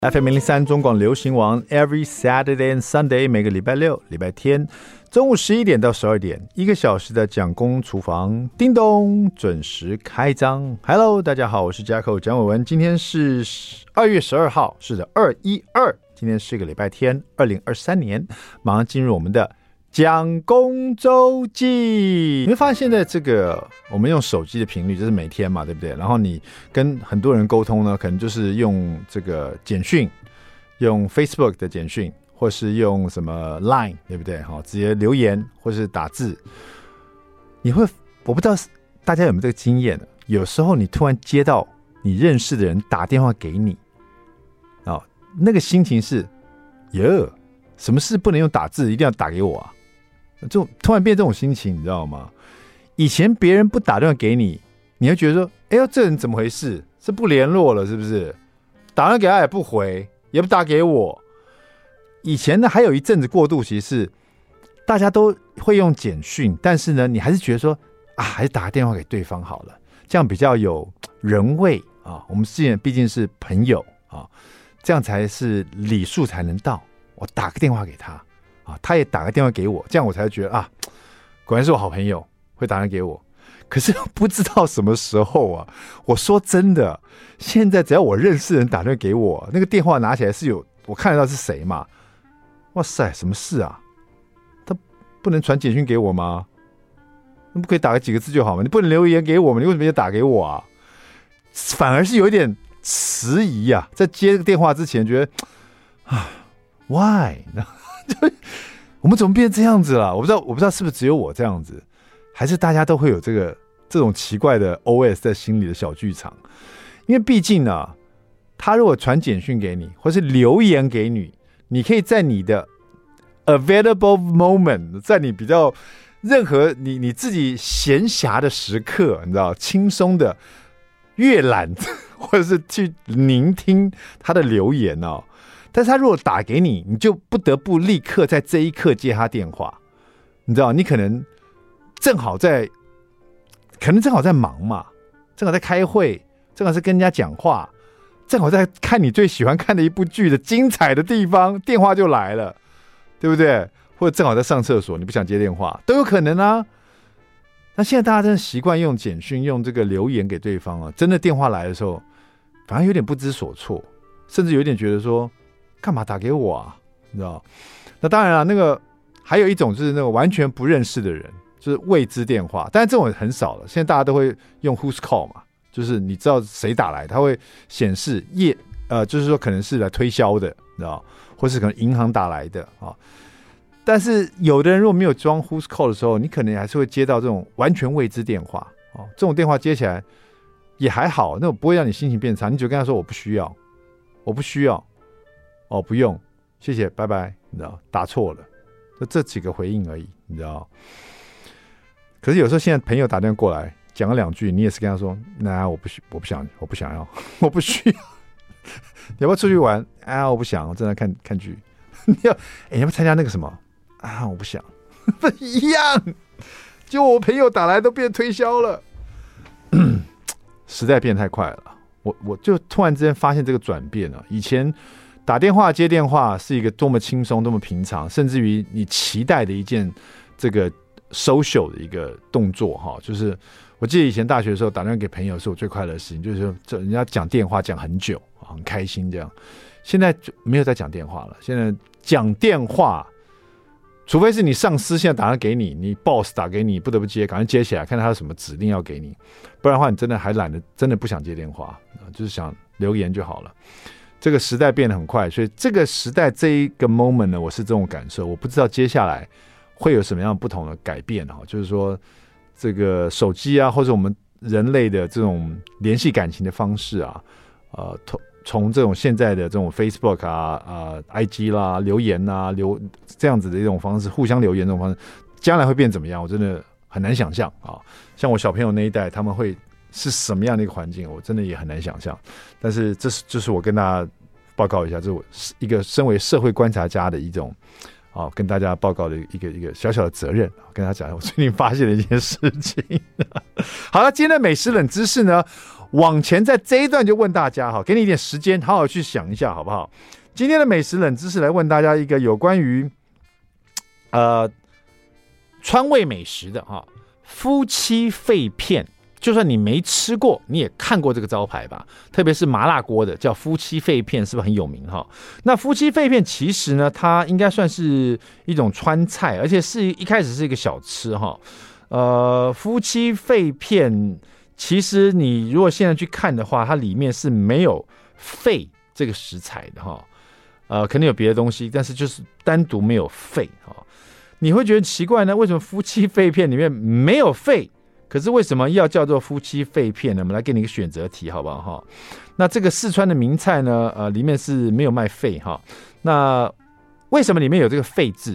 FM 103中广流行王 Every Saturday and Sunday 每个礼拜六、礼拜天中午11点到12点1个小时的蒋公厨房，叮咚准时开张。Hello， 大家好，我是 Jacko 蒋伟文。今天是2月12号，是的212，今天是一个礼拜天，2023年，马上进入我们的蒋公周记。你会发现现在这个我们用手机的频率就是每天嘛，对不对？然后你跟很多人沟通呢，可能就是用这个简讯，用 Facebook 的简讯，或是用什么 Line， 对不对？直接留言或是打字。我不知道大家有没有这个经验，有时候你突然接到你认识的人打电话给你，那个心情是什么事不能用打字，一定要打给我啊？就突然变这种心情，你知道吗？以前别人不打电话给你，你会觉得说，哎呦，这人怎么回事？是不联络了是不是？打电话给他也不回，也不打给我。以前呢，还有一阵子过渡期是大家都会用简讯，但是呢，你还是觉得说还是打个电话给对方好了，这样比较有人味啊。我们之前毕竟是朋友啊，这样才是礼数才能到。我打个电话给他他也打个电话给我，这样我才觉得果然是我好朋友，会打电话给我。可是不知道什么时候我说真的，现在只要我认识的人打电话给我，那个电话拿起来是有我看得到是谁嘛？哇塞，什么事啊？他不能传简讯给我吗？那不可以打个几个字就好吗？你不能留言给我吗？你为什么要打给我啊？反而是有一点迟疑在接这个电话之前觉得Why？ 我们怎么变成这样子了？我不知道是不是只有我这样子，还是大家都会有这种奇怪的 OS 在心里的小剧场。因为毕竟他如果传简讯给你，或是留言给你，你可以在你的 available moment， 在你比较任何你自己闲暇的时刻，你知道，轻松的阅览或者是去聆听他的留言但是他如果打给你，你就不得不立刻在这一刻接他电话。你知道，你可能正好在忙嘛，正好在开会，正好是跟人家讲话，正好在看你最喜欢看的一部剧的精彩的地方，电话就来了，对不对？或者正好在上厕所，你不想接电话，都有可能啊。那现在大家真的习惯用简讯，用这个留言给对方真的电话来的时候，反而有点不知所措，甚至有点觉得说，干嘛打给我啊？你知道？那当然了，那个还有一种就是那个完全不认识的人，就是未知电话，但是这种很少了。现在大家都会用 Who's Call 嘛，就是你知道谁打来，它会显示就是说可能是来推销的，你知道，或是可能银行打来的但是有的人如果没有装 Who's Call 的时候，你可能还是会接到这种完全未知电话这种电话接起来也还好，那种不会让你心情变差，你只跟他说我不需要，不用，谢谢，拜拜，你知道，打错了，就这几个回应而已，你知道。可是有时候现在朋友打电话过来讲了2句，你也是跟他说，那我不想要，我不需要，你要不要出去玩我不想，我正在看剧。你要不要参加那个什么我不想。不一样，就我朋友打来都变推销了。时代变太快了，我就突然之间发现这个转变以前打电话接电话是一个多么轻松多么平常，甚至于你期待的一件这个 social 的一个动作就是我记得以前大学的时候打电话给朋友是我最快乐的事情，就是说人家讲电话讲很久很开心这样。现在就没有在讲电话了，现在讲电话除非是你上司现在打电话给你，你 boss 打给你不得不接，赶快接起来看他有什么指令要给你，不然的话你真的还懒得，真的不想接电话，就是想留言就好了。这个时代变得很快，所以这个时代这一个 moment 呢，我是这种感受。我不知道接下来会有什么样不同的改变就是说这个手机或者我们人类的这种联系感情的方式从这种现在的这种 Facebook IG 啦留言这样子的一种方式，互相留言这种方式，将来会变怎么样？我真的很难想象像我小朋友那一代，他们会是什么样的一个环境，我真的也很难想象。但是就是我跟大家报告一下，这是我一个身为社会观察家的一种跟大家报告的一个小小的责任，跟大家讲我最近发现的一件事情。好了，今天的美食冷知识呢， 往前在这一段就问大家哈，给你一点时间，好好去想一下好不好？今天的美食冷知识来问大家一个有关于川味美食的哈，夫妻肺片。就算你没吃过，你也看过这个招牌吧？特别是麻辣锅的，叫夫妻肺片，是不是很有名哈？那夫妻肺片其实呢，它应该算是一种川菜，而且是一开始是一个小吃哈。夫妻肺片其实你如果现在去看的话，它里面是没有肺这个食材的哈。可能有别的东西，但是就是单独没有肺哈。你会觉得奇怪呢？为什么夫妻肺片里面没有肺？可是为什么要叫做夫妻肺片呢？我们来给你一个选择题，好不好哈？那这个四川的名菜呢，里面是没有卖肺哈。那为什么里面有这个肺字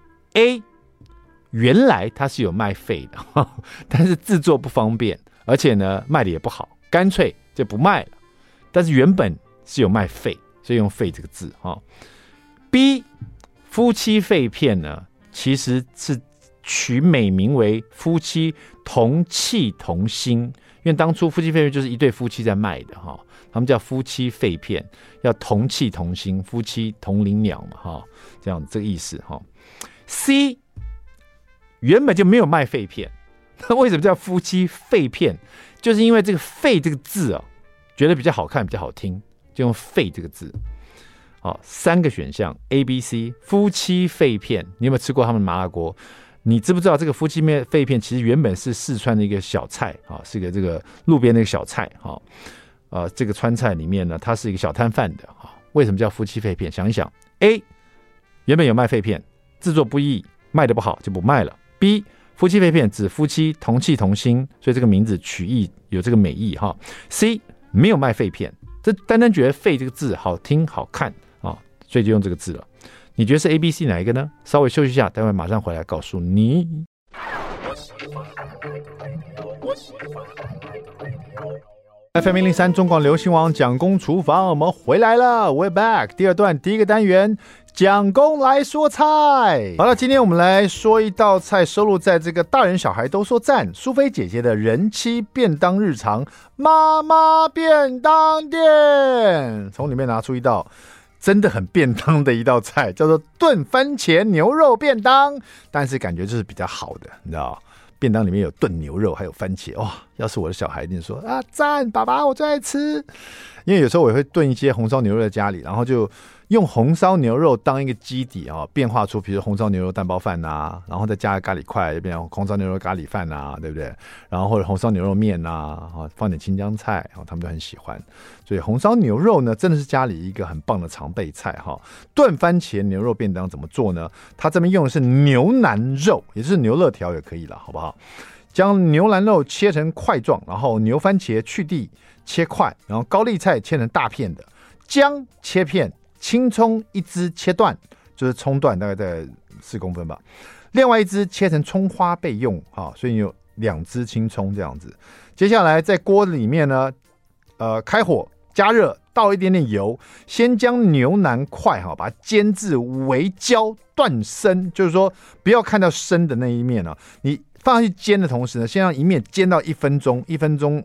？A 原来它是有卖肺的，但是制作不方便，而且呢卖的也不好，干脆就不卖了。但是原本是有卖肺，所以用肺这个字哈。B 夫妻肺片呢，其实是取美名为夫妻同气同心，因为当初夫妻肺片就是一对夫妻在卖的哈，他们叫夫妻肺片，要同气同心，夫妻同林鸟嘛哈，这样这个意思哈。C 原本就没有卖肺片，那为什么叫夫妻肺片？就是因为这个肺这个字啊，觉得比较好看比较好听，就用肺这个字。好，3个选项 A、B、C， 夫妻肺片，你有没有吃过他们麻辣锅？你知不知道这个夫妻肺片其实原本是四川的一个小菜啊，是一个这个路边的一个小菜哈。这个川菜里面呢，它是一个小摊贩的哈。为什么叫夫妻肺片？想一想 ，A 原本有卖肺片，制作不易，卖得不好就不卖了。B 夫妻肺片指夫妻同气同心，所以这个名字取意有这个美意哈。C 没有卖肺片，这单单觉得肺这个字好听好看啊，所以就用这个字了。你觉得是 A、B、C 哪一个呢？稍微休息一下，待会马上回来告诉你。FM103 中广流行网蒋公厨房，我们回来了 ，We're back。第二段第一个单元，蒋公来说菜。好了，今天我们来说一道菜，收录在这个大人小孩都说赞苏菲姐姐的人妻便当日常妈妈便当店，从里面拿出一道真的很便当的一道菜，叫做炖番茄牛肉便当，但是感觉就是比较好的，你知道便当里面有炖牛肉还有番茄，哇！要是我的小孩一定说啊赞，爸爸我最爱吃。因为有时候我也会炖一些红烧牛肉在家里，然后就用红烧牛肉当一个基底啊，变化出比如红烧牛肉蛋包饭啊，然后再加咖喱块，就变成红烧牛肉咖喱饭啊，对不对？然后或者红烧牛肉面啊，放点青江菜，他们都很喜欢。所以红烧牛肉呢，真的是家里一个很棒的常备菜哈。炖番茄牛肉便当怎么做呢？它这边用的是牛腩肉，也就是牛肋条也可以了，好不好？将牛腩肉切成块状，然后牛番茄去蒂切块，然后高丽菜切成大片的，姜切片，青葱一支切断，就是葱段大概在4公分吧，另外一支切成葱花备用啊，所以有2支青葱这样子。接下来在锅里面呢，开火加热，倒一点点油，先将牛腩块把它煎至微焦断生，就是说不要看到生的那一面啊，你放上去煎的同时呢，先让一面煎到1分钟，1分钟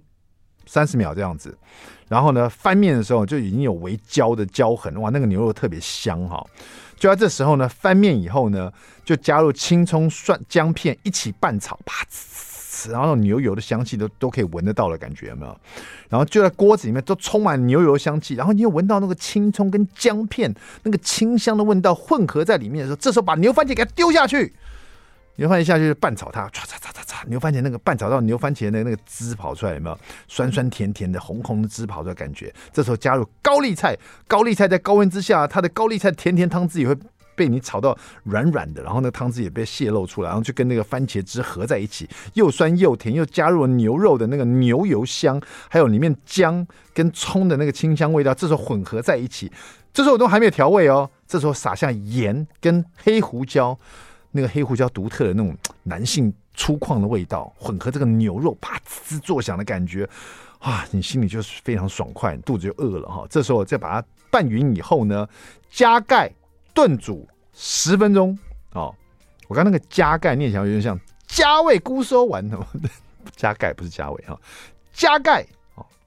30秒这样子。然后呢，翻面的时候就已经有微焦的焦痕，哇，那个牛肉特别香哈。就在这时候呢，翻面以后呢，就加入青葱、蒜、姜片一起拌炒，啪，然后牛油的香气都可以闻得到的感觉，有没有？然后就在锅子里面都充满牛油香气，然后你又闻到那个青葱跟姜片那个清香的味道混合在里面的时候，这时候把牛番茄给它丢下去。牛番茄下去就拌炒它，牛番茄那个拌炒到牛番茄的那个汁跑出来，有没有？酸酸甜甜的红红的汁跑出来感觉。这时候加入高丽菜，高丽菜在高温之下，它的高丽菜甜甜汤汁也会被你炒到软软的，然后那个汤汁也被泄露出来，然后就跟那个番茄汁合在一起，又酸又甜，又加入了牛肉的那个牛油香，还有里面姜跟葱的那个清香味道，这时候混合在一起。这时候我都还没有调味哦，这时候撒下盐跟黑胡椒。那个黑胡椒独特的那种男性粗犷的味道，混合这个牛肉啪吱作响的感觉啊，你心里就是非常爽快，肚子就饿了哈。这时候再把它拌匀以后呢，加盖炖煮10分钟哦。我刚那个加盖念起来有点像加味菇收丸，加盖不是加味哈，加盖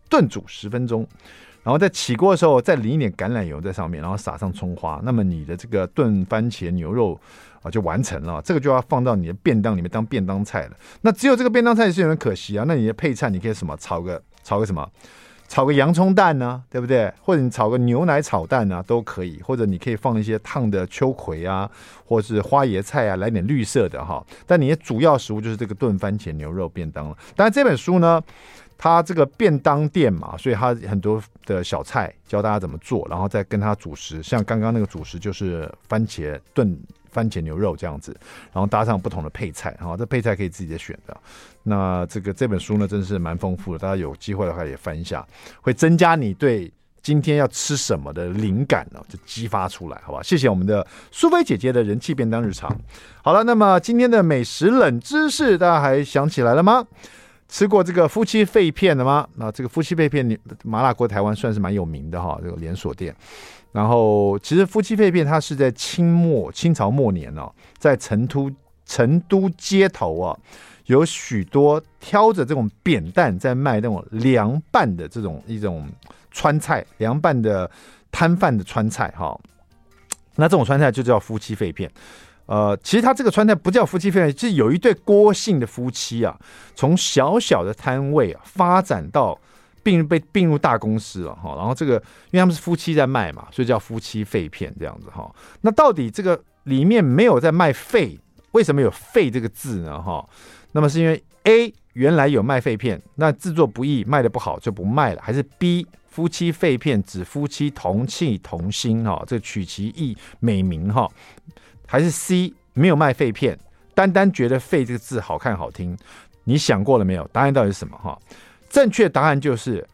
炖煮10分钟。然后在起锅的时候再淋一点橄榄油在上面，然后撒上葱花，那么你的这个炖番茄牛肉就完成了。这个就要放到你的便当里面当便当菜了。那只有这个便当菜是有点可惜啊，那你的配菜你可以什么炒个什么，炒个洋葱蛋啊，对不对？或者你炒个牛奶炒蛋啊都可以，或者你可以放一些烫的秋葵啊，或是花椰菜啊，来点绿色的哈。但你的主要食物就是这个炖番茄牛肉便当了。当然这本书呢，它这个便当店嘛，所以它很多的小菜教大家怎么做，然后再跟它主食，像刚刚那个主食就是炖番茄牛肉这样子，然后搭上不同的配菜，这配菜可以自己的选的。那这本书呢，真是蛮丰富的，大家有机会的话也翻一下，会增加你对今天要吃什么的灵感就激发出来，好吧？谢谢我们的苏菲姐姐的人气便当日常。好了，那么今天的美食冷知识，大家还想起来了吗？吃过这个夫妻肺片的吗？那这个夫妻肺片麻辣锅台湾算是蛮有名的哈，这个连锁店。然后其实夫妻肺片它是在清朝末年在成都街头有许多挑着这种扁担在卖那种凉拌的一种川菜，凉拌的摊贩的川菜哈。那这种川菜就叫夫妻肺片。其实他这个川菜不叫夫妻肺片，是有一对郭姓的夫妻从小小的摊位发展到被并入大公司了然后这个因为他们是夫妻在卖嘛，所以叫夫妻肺片这样子那到底这个里面没有在卖肺，为什么有肺这个字呢那么是因为 A 原来有卖肺片，那制作不易，卖得不好就不卖了，还是 B 夫妻肺片指夫妻同气同心这取其意美名还是 C 没有卖肺片，单单觉得肺这个字好看好听？你想过了没有？答案到底是什么正确答案就是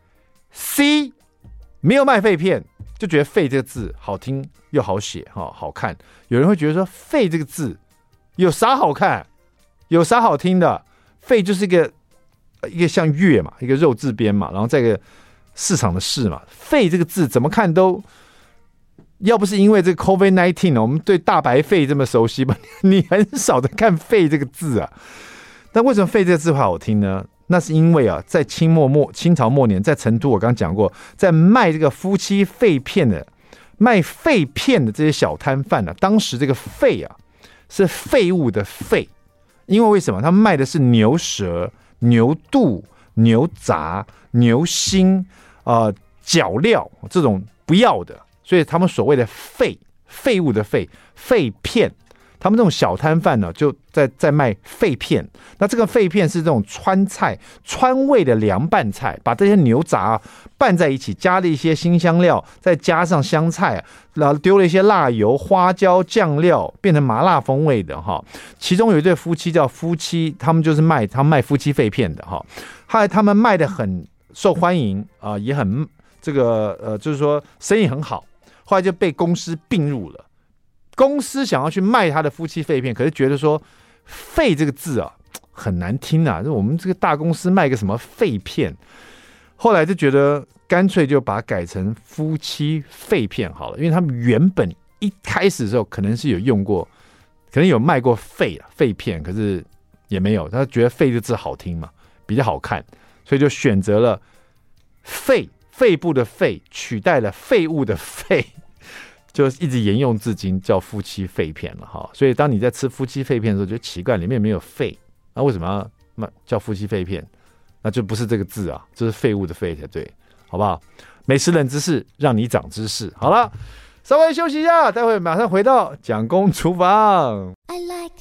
C 没有卖肺片，就觉得肺这个字好听又好写好看。有人会觉得说肺这个字有啥好看有啥好听的？肺就是一个像月嘛，一个肉字边嘛，然后再一个市场的市嘛，肺这个字怎么看都，要不是因为这个 COVID-19 我们对大白肺这么熟悉吧，你很少的看肺这个字但为什么肺这个字会好听呢？那是因为在清朝末年，在成都我刚刚讲过，在卖这个夫妻肺片的卖肺片的这些小摊贩当时这个肺是废物的肺，因为什么？他们卖的是牛舌、牛肚、牛杂、牛心脚料这种不要的，所以他们所谓的废物的肺片，他们这种小摊贩就在卖肺片。那这个肺片是这种川味的凉拌菜，把这些牛杂拌在一起，加了一些辛香料，再加上香菜，然后丢了一些辣油、花椒、酱料，变成麻辣风味的其中有一对夫妻叫夫妻，他们就是卖夫妻肺片的后来他们卖的很受欢迎也很这个就是说生意很好，后来就被公司并入了。公司想要去卖他的夫妻肺片，可是觉得说肺这个字很难听我们这个大公司卖个什么肺片，后来就觉得干脆就把它改成夫妻肺片好了，因为他们原本一开始的时候可能是有用过，可能有卖过肺片，可是也没有，他觉得肺这个字好听嘛，比较好看，所以就选择了肺部的肺取代了废物的废，就一直沿用至今，叫夫妻肺片了所以当你在吃夫妻肺片的时候，就奇怪里面没有肺，那为什么要叫夫妻肺片？那就不是这个字这是废物的废才对，好不好？美食冷知识，让你长知识。好了，稍微休息一下，待会马上回到蒋公厨房。I like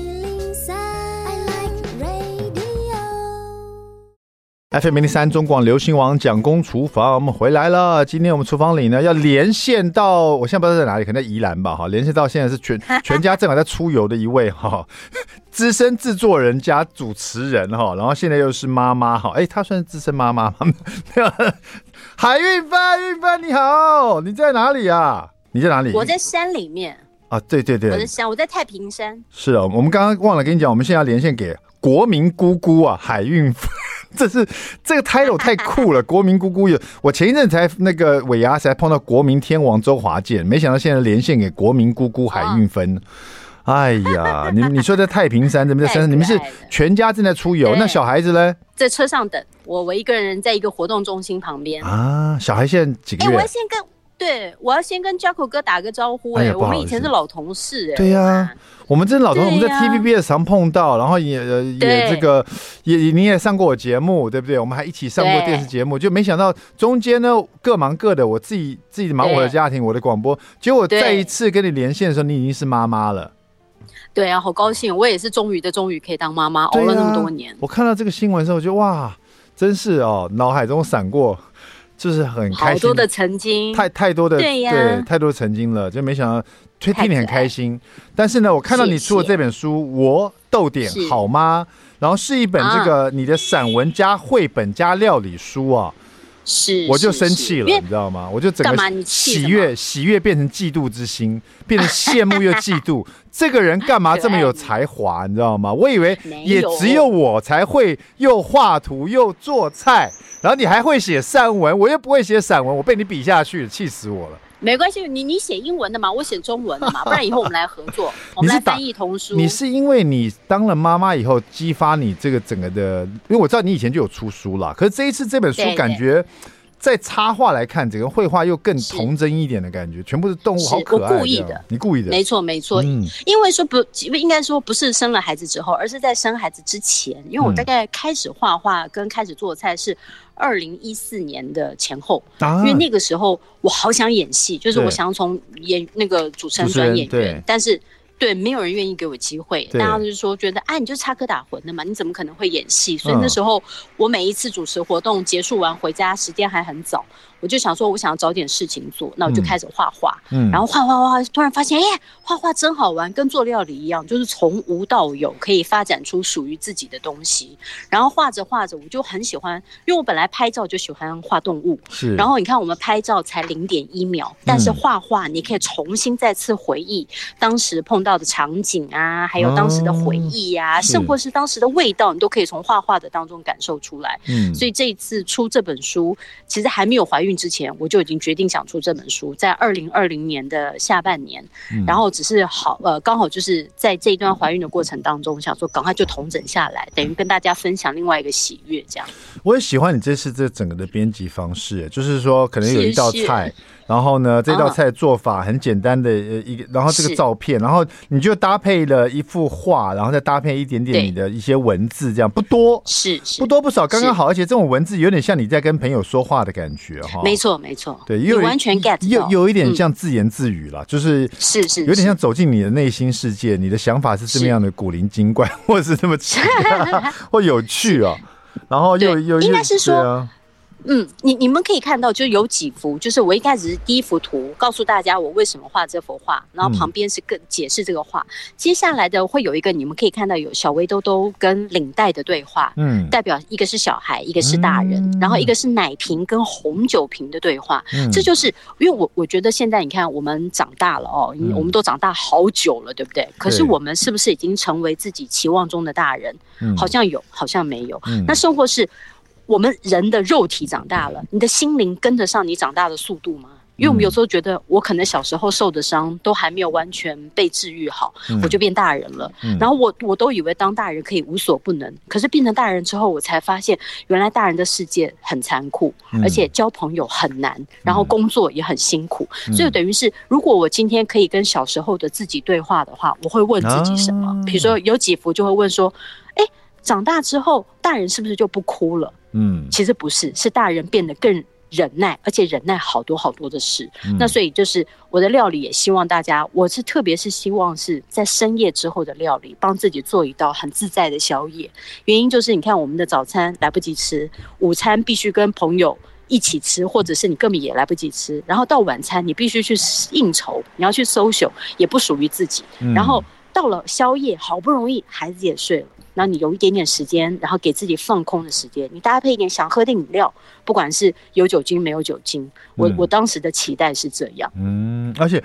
103, I like radio。FM03 中广流行网蒋公厨房，我们回来了。今天我们厨房里呢要连线到，我现在不知道在哪里，可能在宜兰吧连线到现在是全家正好在出游的一位资深制作人加主持人然后现在又是妈妈她算是资深妈妈海韵芬你好，你在哪里你在哪里？ 我在山里面对对对， 我在太平山。 是我们刚刚忘了跟你讲，我们现在要连线给国民姑姑海韵芬。这个 title 太酷了，国民姑姑我前一阵才那个尾牙才碰到国民天王周华健，没想到现在连线给国民姑姑海韵芬哎呀，你说在太平山这边，在山上，你们是全家正在出游，那小孩子呢？ 在车上等我一个人在一个活动中心旁边啊。小孩现在几个月？ 我要先跟 Jacko 哥打个招呼。我们以前是老同事。 对呀，我们真的老同事，我们在 TVBS 常碰到，然后也这个你也上过我节目，对不对？我们还一起上过电视节目，就没想到中间呢各忙各的，我自己忙我的家庭，我的广播，结果再一次跟你连线的时候，你已经是妈妈了。 对啊，好高兴，我也是终于可以当妈妈，熬了那么多年。 我看到这个新闻的时候，我觉得哇，真是脑海中闪过。就是很开心，好多的曾经， 太多的对，太多的曾经了，就没想到替你很开心。但是呢，我看到你出了这本书，我逗点好吗？然后是一本这个你的散文加绘本加料理书啊， 是， 我就生气了，你知道吗？我就整个喜悦变成嫉妒之心，变成羡慕又嫉妒。这个人干嘛这么有才华？你知道吗？我以为也只有我才会又画图又做菜。然后你还会写散文，我又不会写散文，我被你比下去，气死我了。 没关系，你写英文的嘛，我写中文的嘛，不然以后我们来合作，我们来翻译童书。 你是因为你当了妈妈以后，激发你这个整个的，因为我知道你以前就有出书啦，可是这一次这本书感觉在插画来看，整个绘画又更童真一点的感觉，全部是动物，好可爱。 我故意的， 你故意的， 没错。因为说应该说不是生了孩子之后，而是在生孩子之前。因为我大概开始画画跟开始做菜是2014年的前后，因为那个时候我好想演戏，就是我想从那个主持人转演员，但是。对，没有人愿意给我机会，大家就是说觉得，你就插科打诨的嘛，你怎么可能会演戏？所以那时候我每一次主持活动结束完回家，时间还很早，我就想说，我想要找点事情做，那我就开始画画，然后画，突然发现，画画真好玩，跟做料理一样，就是从无到有，可以发展出属于自己的东西。然后画着画着，我就很喜欢，因为我本来拍照就喜欢画动物，是。然后你看，我们拍照才0.1秒，但是画画你可以重新再次回忆当时碰到的场景啊，还有当时的回忆啊，甚或是当时的味道，你都可以从画画的当中感受出来。所以这一次出这本书，其实还没有怀孕之前，我就已经决定想出这本书，在2020年的下半年，然后只是刚好就是在这一段怀孕的过程当中，想说赶快就统整下来，等于跟大家分享另外一个喜悦。这样， 我也喜欢你这次这整个的编辑方式，就是说可能有一道菜。然后呢，这道菜的做法很简单的一个，然后这个照片，然后你就搭配了一幅画，然后再搭配一点点你的一些文字，这样不多，不多不少，刚刚好，而且这种文字有点像你在跟朋友说话的感觉哈。 没错，对， 你完全 get 到， 有一点像自言自语啦，就是有点像走进你的内心世界，你的想法是这么样的古灵精怪，或者是这么奇怪或有趣啊，然后又应该是说。你们可以看到，就有几幅，就是我一开始是第一幅图，告诉大家我为什么画这幅画，然后旁边是更解释这个画。接下来的会有一个，你们可以看到有小围兜兜跟领带的对话，代表一个是小孩，一个是大人，然后一个是奶瓶跟红酒瓶的对话。这就是因为我觉得现在你看我们长大了我们都长大好久了，对不对？可是我们是不是已经成为自己期望中的大人？好像有，好像没有。那甚或是。我们人的肉体长大了，你的心灵跟得上你长大的速度吗？因为我们有时候觉得，我可能小时候受的伤都还没有完全被治愈好，我就变大人了。然后我都以为当大人可以无所不能，可是变成大人之后，我才发现原来大人的世界很残酷，而且交朋友很难，然后工作也很辛苦。所以等于是，如果我今天可以跟小时候的自己对话的话，我会问自己什么？比如说有几幅就会问说，长大之后大人是不是就不哭了？其实不是，是大人变得更忍耐，而且忍耐好多好多的事。那所以就是我的料理也希望大家，我是特别是希望是在深夜之后的料理，帮自己做一道很自在的宵夜。原因就是你看我们的早餐来不及吃，午餐必须跟朋友一起吃，或者是你根本也来不及吃，然后到晚餐你必须去应酬，你要去 social， 也不属于自己。然后到了宵夜，好不容易孩子也睡了，然后你有一点点时间，然后给自己放空的时间，你搭配一点想喝的饮料，不管是有酒精没有酒精，我当时的期待是这样。 而且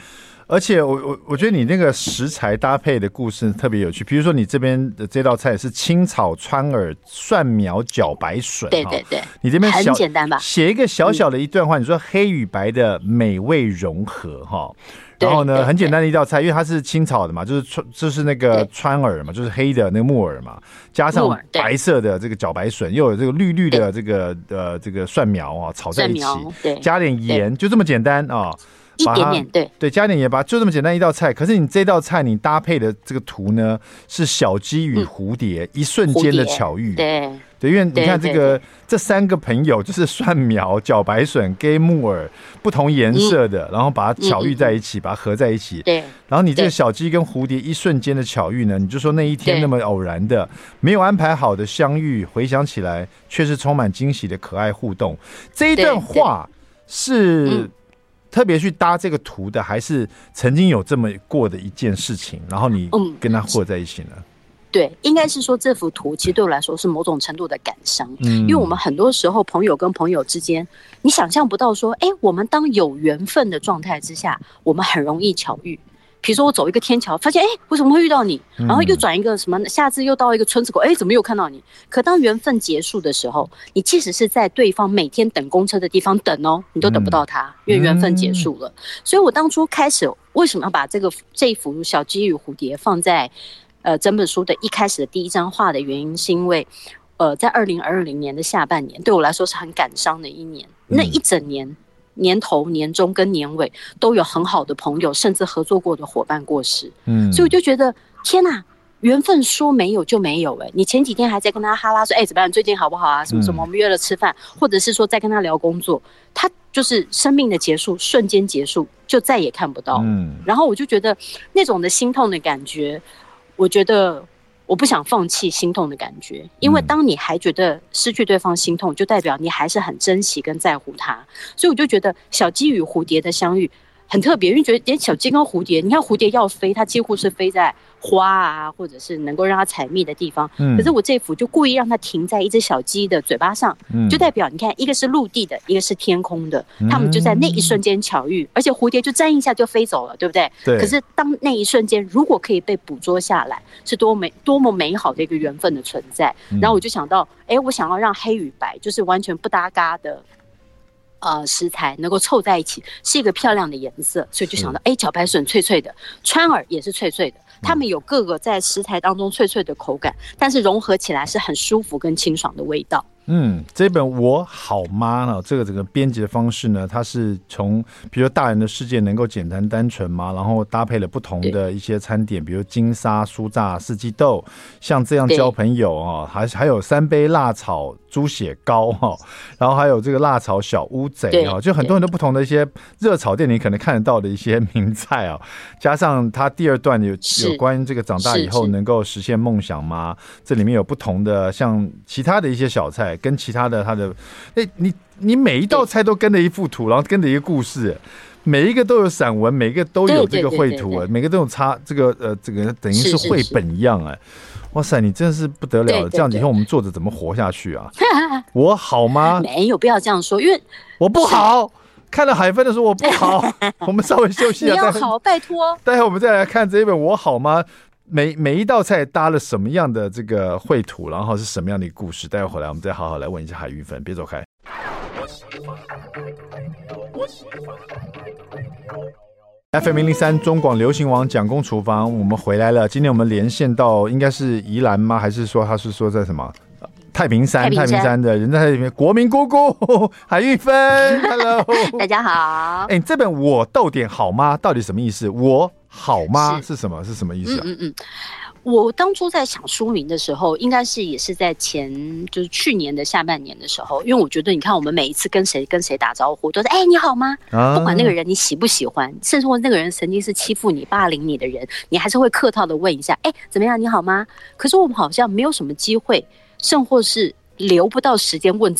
而且我觉得你那个食材搭配的故事特别有趣，比如说你这边的这道菜是青草川耳蒜苗茭白笋， 对对对， 你这边很简单吧？ 写一个小小的一段话，你说黑与白的美味融合哈。然后呢，很简单的一道菜，因为它是青草的嘛，就是那个川耳嘛，就是黑的那个木耳嘛，加上白色的这个茭白笋，又有这个绿绿的这个蒜苗啊，炒在一起，加点盐，就这么简单啊。 一点点，对， 加点盐巴，就这么简单一道菜。可是你这道菜你搭配的这个图呢，是小鸡与蝴蝶，一瞬间的巧遇， 对， 因为你看这三个朋友就是蒜苗、茭白笋跟木耳，不同颜色的，然后把它巧遇在一起，把它合在一起。 对， 然后你这个小鸡跟蝴蝶一瞬间的巧遇呢，你就说那一天那么偶然的、没有安排好的相遇，回想起来却是充满惊喜的可爱互动。这一段话是特别去搭这个图的，还是曾经有这么过的一件事情，然后你跟他和在一起呢？ 对，应该是说这幅图其实对我来说是某种程度的感伤，因为我们很多时候朋友跟朋友之间，你想象不到说，我们当有缘分的状态之下，我们很容易巧遇。比如说我走一个天桥，发现为什么会遇到你？然后又转一个什么，下次又到一个村子口，怎么又看到你？可当缘分结束的时候，你即使是在对方每天等公车的地方等你都等不到他，因为缘分结束了。所以我当初开始为什么要把这一幅小鸡与蝴蝶放在整本书的一开始的第一张画的原因，是因为在2020年的下半年，对我来说是很感伤的一年。那一整年。年头、年中跟年尾都有很好的朋友，甚至合作过的伙伴过世，所以我就觉得天哪，缘分说没有就没有。你前几天还在跟他哈拉说，怎么样，最近好不好啊？什么什么，我们约了吃饭，或者是说在跟他聊工作，他就是生命的结束，瞬间结束，就再也看不到。然后我就觉得那种的心痛的感觉，我觉得。我不想放弃心痛的感觉，因为当你还觉得失去对方心痛，就代表你还是很珍惜跟在乎他。所以我就觉得小鸡与蝴蝶的相遇很特别，因为觉得小鸡跟蝴蝶，你看蝴蝶要飞，它几乎是飞在花啊，或者是能够让它采蜜的地方。可是我这幅就故意让它停在一只小鸡的嘴巴上，就代表你看，一个是陆地的，一个是天空的，他们就在那一瞬间巧遇，而且蝴蝶就沾一下就飞走了，对不对？ 对。 可是当那一瞬间如果可以被捕捉下来，是多么美好的一个缘分的存在。然后我就想到，我想要让黑与白就是完全不搭嘎的。食材能够凑在一起，是一个漂亮的颜色，所以就想到，茭白笋脆脆的，川耳也是脆脆的，它们有各个在食材当中脆脆的口感，但是融合起来是很舒服跟清爽的味道。 这本我好妈呢，这个整个编辑的方式呢，它是从比如说大人的世界能够简单单纯嘛，然后搭配了不同的一些餐点，比如金沙、酥炸、四季豆，像这样交朋友还有3杯辣炒猪血糕然后还有这个辣炒小乌贼就很多很多不同的一些热炒店你可能看得到的一些名菜加上它第二段有关这个长大以后能够实现梦想吗？这里面有不同的像其他的一些小菜。跟其他的它的，你每一道菜都跟着一幅图，然后跟着一个故事，每一个都有散文，每一个都有这个绘图，每个都有这个等于是绘本一样哇塞，你真的是不得了了！这样以后我们作者怎么活下去啊？我好吗？ 没有，不要这样说，因为我不好。看了海分的时候我不好，我们稍微休息一下。 你要好，拜托。 待会我们再来看这一本我好吗？每一道菜搭了什么样的这个绘图，然后是什么样的一个故事？待会回来我们再好好来问一下海玉芬，别走开。FM103中广流行网蒋公厨房，我们回来了。今天我们连线到应该是宜兰吗？还是说他是说在什么？太平山的人在里面，国民姑姑海玉芬 ，Hello， 大家好。 这本我逗点好吗？到底什么意思？我好吗？是什么意思我当初在想书名的时候，应该也是在就是去年的下半年的时候，因为我觉得你看我们每一次跟谁打招呼，都是你好吗？不管那个人你喜不喜欢，甚至那个人曾经是欺负你、霸凌你的人，你还是会客套的问一下，怎么样？你好吗？可是我们好像没有什么机会，甚或是留不到时间问自己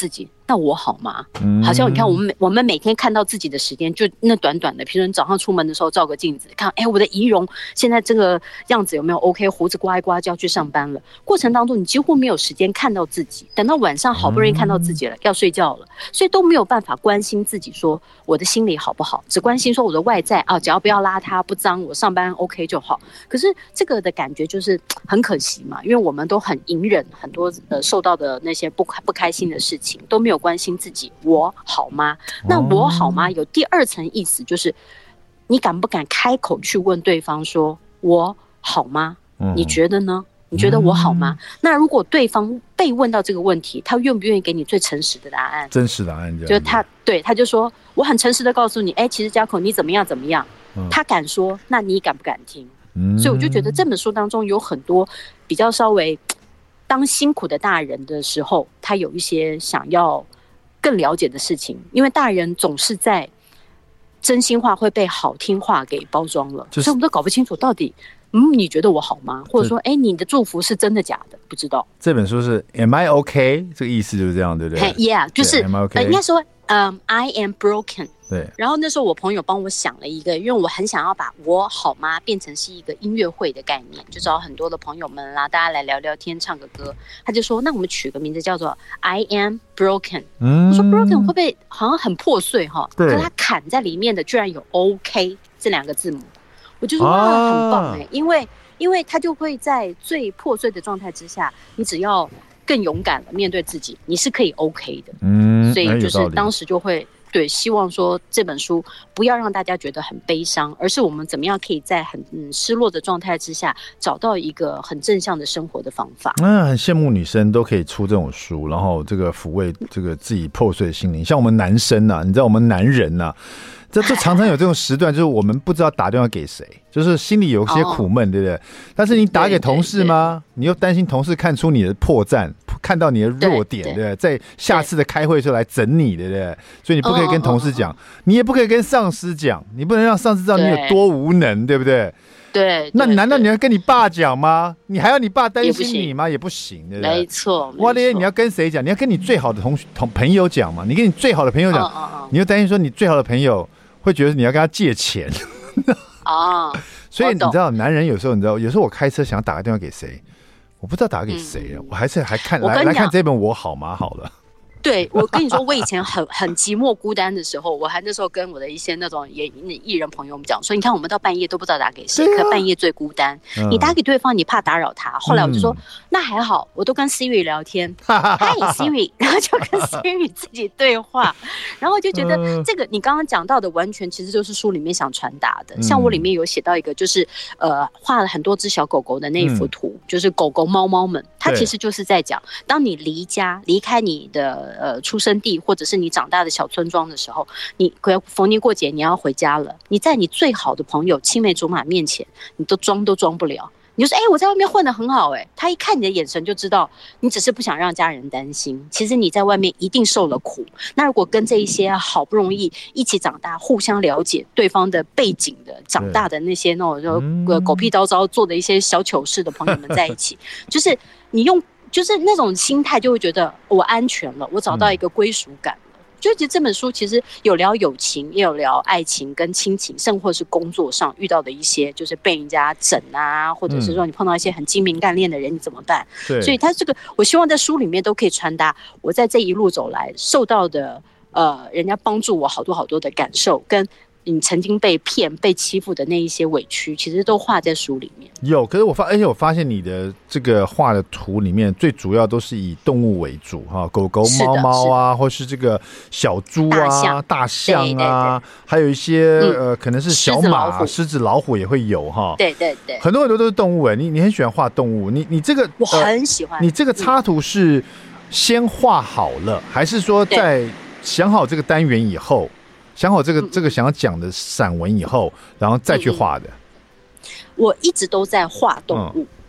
那我好吗？好像你看我们每天看到自己的时间就那短短的，比如说你早上出门的时候照个镜子，看我的仪容现在这个样子有没有 OK， 胡子刮一刮就要去上班了。过程当中你几乎没有时间看到自己，等到晚上好不容易看到自己了，要睡觉了，所以都没有办法关心自己说我的心理好不好，只关心说我的外在啊，只要不要邋遢不脏，我上班 OK 就好。可是这个的感觉就是很可惜嘛，因为我们都很隐忍很多受到的那些不开心的事情，都没有关心自己我好吗？那我好吗有第二层意思，就是你敢不敢开口去问对方说我好吗？你觉得呢？你觉得我好吗？那如果对方被问到这个问题，他愿不愿意给你最诚实的答案？ 真实答案， 就他就说我很诚实的告诉你，其实嘉口你怎么样怎么样，他敢说，那你敢不敢听？所以我就觉得这本书当中有很多比较稍微当辛苦的大人的时候，他有一些想要更了解的事情，因为大人总是在真心话会被好听话给包装了，所以我们都搞不清楚到底你觉得我好吗？或者说你的祝福是真的假的？不知道。 这本书是 Am I OK？ 这个意思就是这样，对不对 ？Yeah， 就是应该说I am broken。 对， 然后那时候我朋友帮我想了一个，因为我很想要把我好吗变成是一个音乐会的概念，就找很多的朋友们啦，大家来聊聊天，唱个歌。他就说，那我们取个名字叫做 I am broken。我说 broken 会不会好像很破碎哈？可是他砍在里面的居然有 OK 这两个字母，我就说哇，很棒因为他就会在最破碎的状态之下，你只要更勇敢了面对自己，你是可以 OK 的。所以就是当时就会。对，希望说这本书不要让大家觉得很悲伤，而是我们怎么样可以在很失落的状态之下，找到一个很正向的生活的方法。 很羡慕女生都可以出这种书，然后这个抚慰这个自己破碎的心灵。像我们男生啊，你知道我们男人啊，这常常有这种时段，就是我们不知道打电话给谁，就是心里有些苦闷，对不对？但是你打给同事吗？你又担心同事看出你的破绽，看到你的弱点，对不对？在下次的开会的时候来整你，对不对？所以你不可以跟同事讲，你也不可以跟上司讲，你不能让上司知道你有多无能，对不对？ 对。 那难道你要跟你爸讲吗？你还要你爸担心你吗？也不行，对不对？ 没错。 哇咧，你要跟谁讲？你要跟你最好的朋友讲嘛？你跟你最好的朋友讲，你又担心说你最好的朋友会觉得你要跟他借钱。所以你知道，男人有时候我开车想打个电话给谁，我不知道打给谁我还看来看这本我好吗？好了。 对，我跟你说，我以前很寂寞孤单的时候，我还那时候跟我的一些那种艺人朋友们讲说，你看我们到半夜都不知道打给谁，可半夜最孤单。你打给对方，你怕打扰他。后来我就说，那还好，我都跟 Siri 聊天，Hi Siri， 然后就跟 Siri 自己对话，然后就觉得这个你刚刚讲到的，完全其实就是书里面想传达的。像我里面有写到一个，就是画了很多只小狗狗的那一幅图，就是狗狗猫猫们，它其实就是在讲，当你离开你的出生地或者是你长大的小村庄的时候，你逢年过节你要回家了，你在你最好的朋友青梅竹马面前，你都装不了。你就说我在外面混得很好他一看你的眼神就知道你只是不想让家人担心，其实你在外面一定受了苦。那如果跟这一些好不容易一起长大互相了解对方的背景的长大的那些那种狗屁叨叨做的一些小糗事的朋友们在一起，就是你用就是那种心态就会觉得我安全了，我找到一个归属感了。就觉得这本书其实有聊友情，也有聊爱情跟亲情，甚或是工作上遇到的一些就是被人家整啊，或者是说你碰到一些很精明干练的人你怎么办。所以他这个我希望在书里面都可以传达我在这一路走来受到的人家帮助我好多好多的感受，跟你曾经被骗被欺负的那一些委屈，其实都画在书里面。有，可是而且我发现你的这个画的图里面，最主要都是以动物为主哈，狗狗、猫猫啊，或是这个小猪啊、大象啊，对，还有一些可能是小马、狮子、老虎也会有哈。 对对对， 很多都是动物你很喜欢画动物，你这个我很喜欢。 你这个插图是先画好了，还是说在想好这个单元以后？想好这个想要讲的散文以后，然后再去画的。 我一直都在画动物，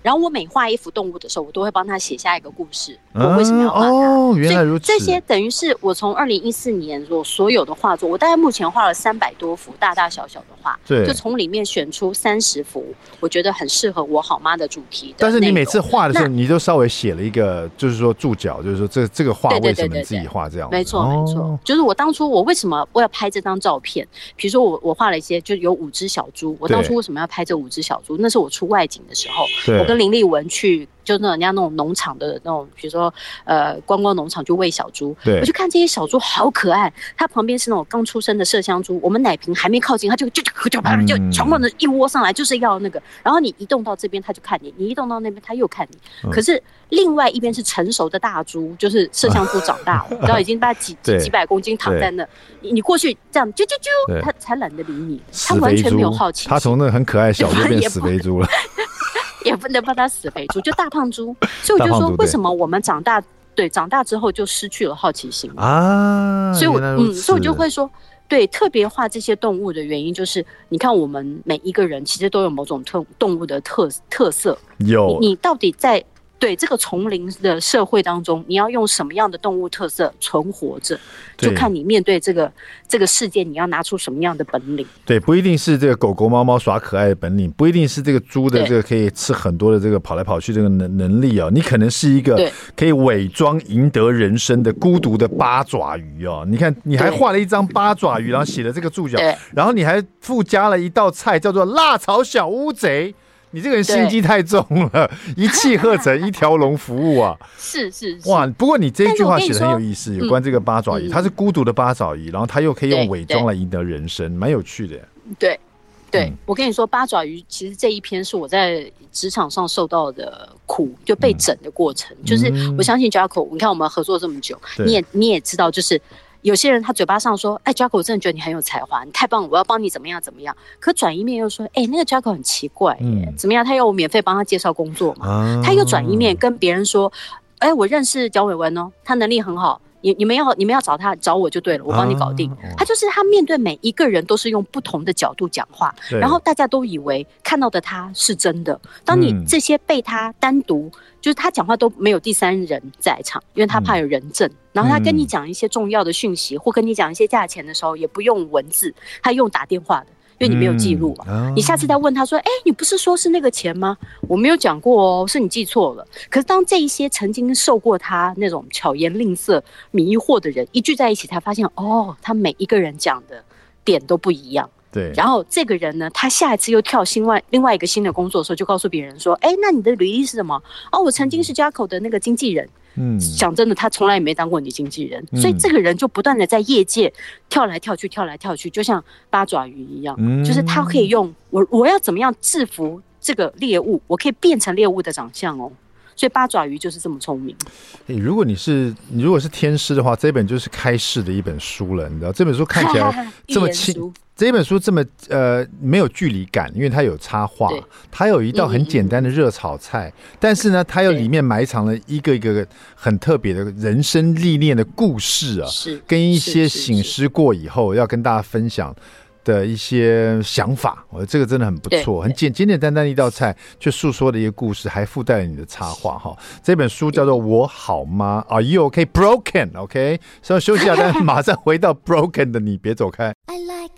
然后我每画一幅动物的时候，我都会帮他写下一个故事，我为什么要画它。 哦，原来如此。 这些等于是我从2014年所有的画作，我大概目前画了300多幅大大小小的画，就从里面选出30幅，我觉得很适合我好妈的主题的。 但是你每次画的时候，你都稍微写了一个，就是说注脚，就是说这个画为什么你自己画这样？ 没错没错，就是我当初我为什么我要拍这张照片？比如说我画了一些，就有5只小猪，我当初为什么要拍这5只小猪？那是我出外景的时候，我跟林立文去。就那人家那种农场的那种，比如说观光农场就喂小猪，我就看这些小猪好可爱，它旁边是那种刚出生的麝香猪，我们奶瓶还没靠近，它就全部的一窝上来，就是要那个，然后你移动到这边它就看你，你移动到那边它又看你，可是另外一边是成熟的大猪，就是麝香猪长大了，然后已经把几百公斤躺在那，你过去这样它才懒得理你，它完全没有好奇心， 它从那个很可爱小猪变死肥猪了。 也不能帮他死肥猪，就大胖猪。所以我就说，为什么我们长大之后就失去了好奇心啊？所以我就会说，对，特别画这些动物的原因就是，你看我们每一个人其实都有某种动物的特色。有你到底在对这个丛林的社会当中，你要用什么样的动物特色存活着，就看你面对这个世界，你要拿出什么样的本领。 对，不一定是这个狗狗猫猫耍可爱的本领，不一定是这个猪的这个可以吃很多的这个跑来跑去这个能力哦，你可能是一个可以伪装赢得人生的孤独的八爪鱼哦。你看，你还画了一张八爪鱼，然后写了这个注脚，然后你还附加了一道菜叫做辣炒小乌贼。你这个人心机太重了，一气呵成，一条龙服务啊！ 是哇！不过你这一句话写得很有意思，有关这个八爪鱼，它是孤独的八爪鱼，然后它又可以用伪装来赢得人生，蛮有趣的。 对，我跟你说，八爪鱼其实这一篇是我在职场上受到的苦，就被整的过程。就是我相信 Jacko， 你看我们合作这么久，你也知道，就是。有些人他嘴巴上说，哎 ，Jacko， 我真的觉得你很有才华，你太棒了，我要帮你怎么样怎么样。可转一面又说，哎，那个 Jacko 很奇怪耶，怎么样？他要我免费帮他介绍工作嘛？他又转一面跟别人说，哎，我认识蒋伟文哦，他能力很好，你们要找他找我就对了，我帮你搞定。他就是他面对每一个人都是用不同的角度讲话，然后大家都以为看到的他是真的。当你这些被他单独，就是他讲话都没有第三人在场，因为他怕有人证。然后他跟你讲一些重要的讯息，或跟你讲一些价钱的时候，也不用文字，他用打电话的。因为你没有记录嘛，你下次再问他说：“哎，你不是说是那个钱吗？我没有讲过哦，是你记错了。”可是当这一些曾经受过他那种巧言令色、迷惑的人一聚在一起，才发现哦，他每一个人讲的点都不一样。对，然后这个人呢，他下一次又跳另外一个新的工作的时候，就告诉别人说：“哎，那你的履历是什么？哦，我曾经是 Jacko 的那个经纪人。”讲真的，他从来也没当过你经纪人，所以这个人就不断的在业界跳来跳去，就像八爪鱼一样，就是他可以用我要怎么样制服这个猎物，我可以变成猎物的长相哦。所以八爪鱼就是这么聪明。如果你如果是天师的话，这本就是开市的一本书了，你知道这本书看起来这么轻。这本书这么没有距离感，因为它有插画，它有一道很简单的热炒菜，但是呢，它又里面埋藏了一个很特别的人生历练的故事啊，跟一些省思过以后要跟大家分享的一些想法，我觉得这个真的很不错，很简单的一道菜，却诉说了一个故事，还附带了你的插画哈。这本书叫做《我好吗 Are You OK Broken》OK， 稍微休息一下，但马上回到 Broken 的你，别走开。I like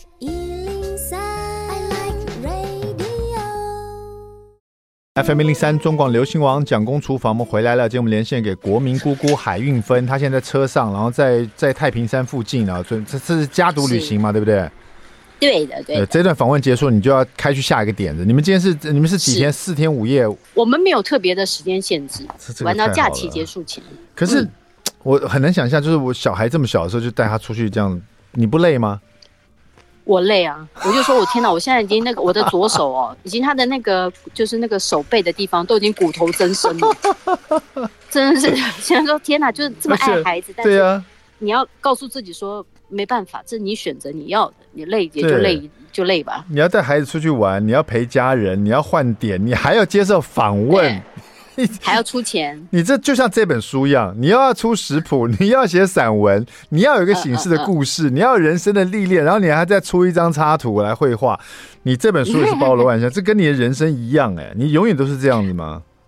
FM 103中广流行王蒋公厨房，我们回来了。今天我们连线给国民姑姑海运芬，她现在在车上，然后在太平山附近啊，这是家族旅行嘛，对不对？ 对的。 这段访问结束，你就要开去下一个点子。你们是几天？4天5夜？我们没有特别的时间限制，玩到假期结束前。 可是我很难想象，就是我小孩这么小的时候就带他出去这样，你不累吗？ 我累啊！我就说我天哪，我现在已经我的左手哦，已经他的那个就是那个手背的地方都已经骨头增生了，真的是现在说天哪，就是这么爱孩子，但是你要告诉自己说没办法，这是你选择，你累也就累吧。你要带孩子出去玩，你要陪家人，你要换点，你还要接受访问。 还要出钱， 你这就像这本书一样，你要出食谱，你要写散文，你要有一个醒世的故事，你要有人生的历练，然后你还再出一张插图来绘画，你这本书也是包罗万象，这跟你的人生一样哎，你永远都是这样子吗？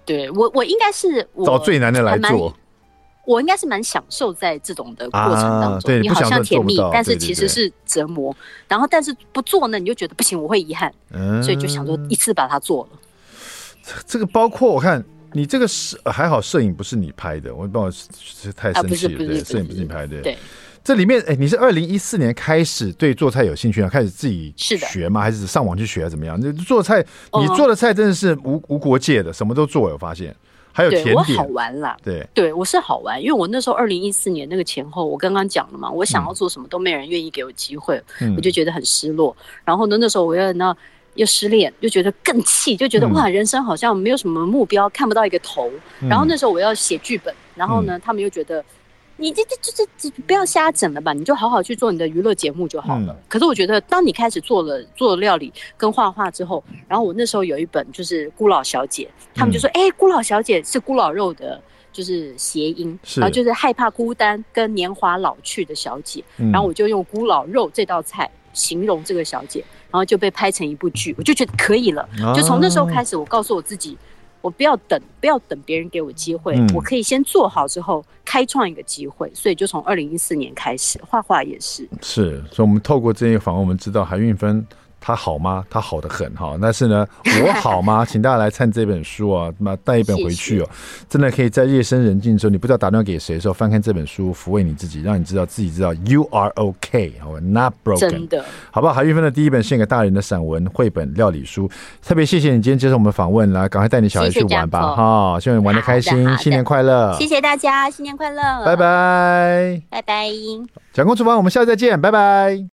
对我应该是找最难的来做。 我应该是蛮享受在这种的过程当中，你好像甜蜜，但是其实是折磨。然后但是不做呢，你就觉得不行，我会遗憾，所以就想说一次把它做了。 这个包括我看你这个还好，摄影不是你拍的，我不知道是太生气了，对，摄影不是你拍的， 对。 这里面，你是2014年开始对做菜有兴趣啊？开始自己学吗？还是上网去学，怎么样？做菜，你做的菜真的是无国界的，什么都做。我发现还有甜点， 我好玩啦。对，我是好玩，因为我那时候2014年那个前后，我刚刚讲了嘛，我想要做什么都没人愿意给我机会，我就觉得很失落。然后呢，那时候我又失恋，就觉得更气，就觉得哇，人生好像没有什么目标，看不到一个头。然后那时候我要写剧本，然后呢，他们又觉得。你这不要瞎整了吧，你就好好去做你的娱乐节目就好了。可是我觉得，当你开始做了料理跟画画之后，然后我那时候有一本就是孤老小姐，他们就说，孤老小姐是孤老肉的，就是谐音，然后就是害怕孤单跟年华老去的小姐，然后我就用孤老肉这道菜形容这个小姐，然后就被拍成一部剧，我就觉得可以了。就从那时候开始，我告诉我自己。我不要等别人给我机会，我可以先做好之后开创一个机会，所以就从2014年开始画画也是。所以我们透过这些访问，我们知道韩韵芬他好吗？他好得很哈。但是呢，我好吗？请大家来看这本书啊，带一本回去哦，真的可以在夜深人静的时候，你不知道打电话给谁的时候，翻看这本书，抚慰你自己，让你知道自己知道 You are okay, not broken。 真的， 好不好？韩韵芬的第一本献给大人的散文绘本料理书，特别谢谢你今天接受我们访问，来赶快带你小孩去玩吧哈！希望你玩得开心，新年快乐！ 谢谢大家，新年快乐！ 拜拜， 拜拜。 蒋公厨房，我们下次再见，拜拜。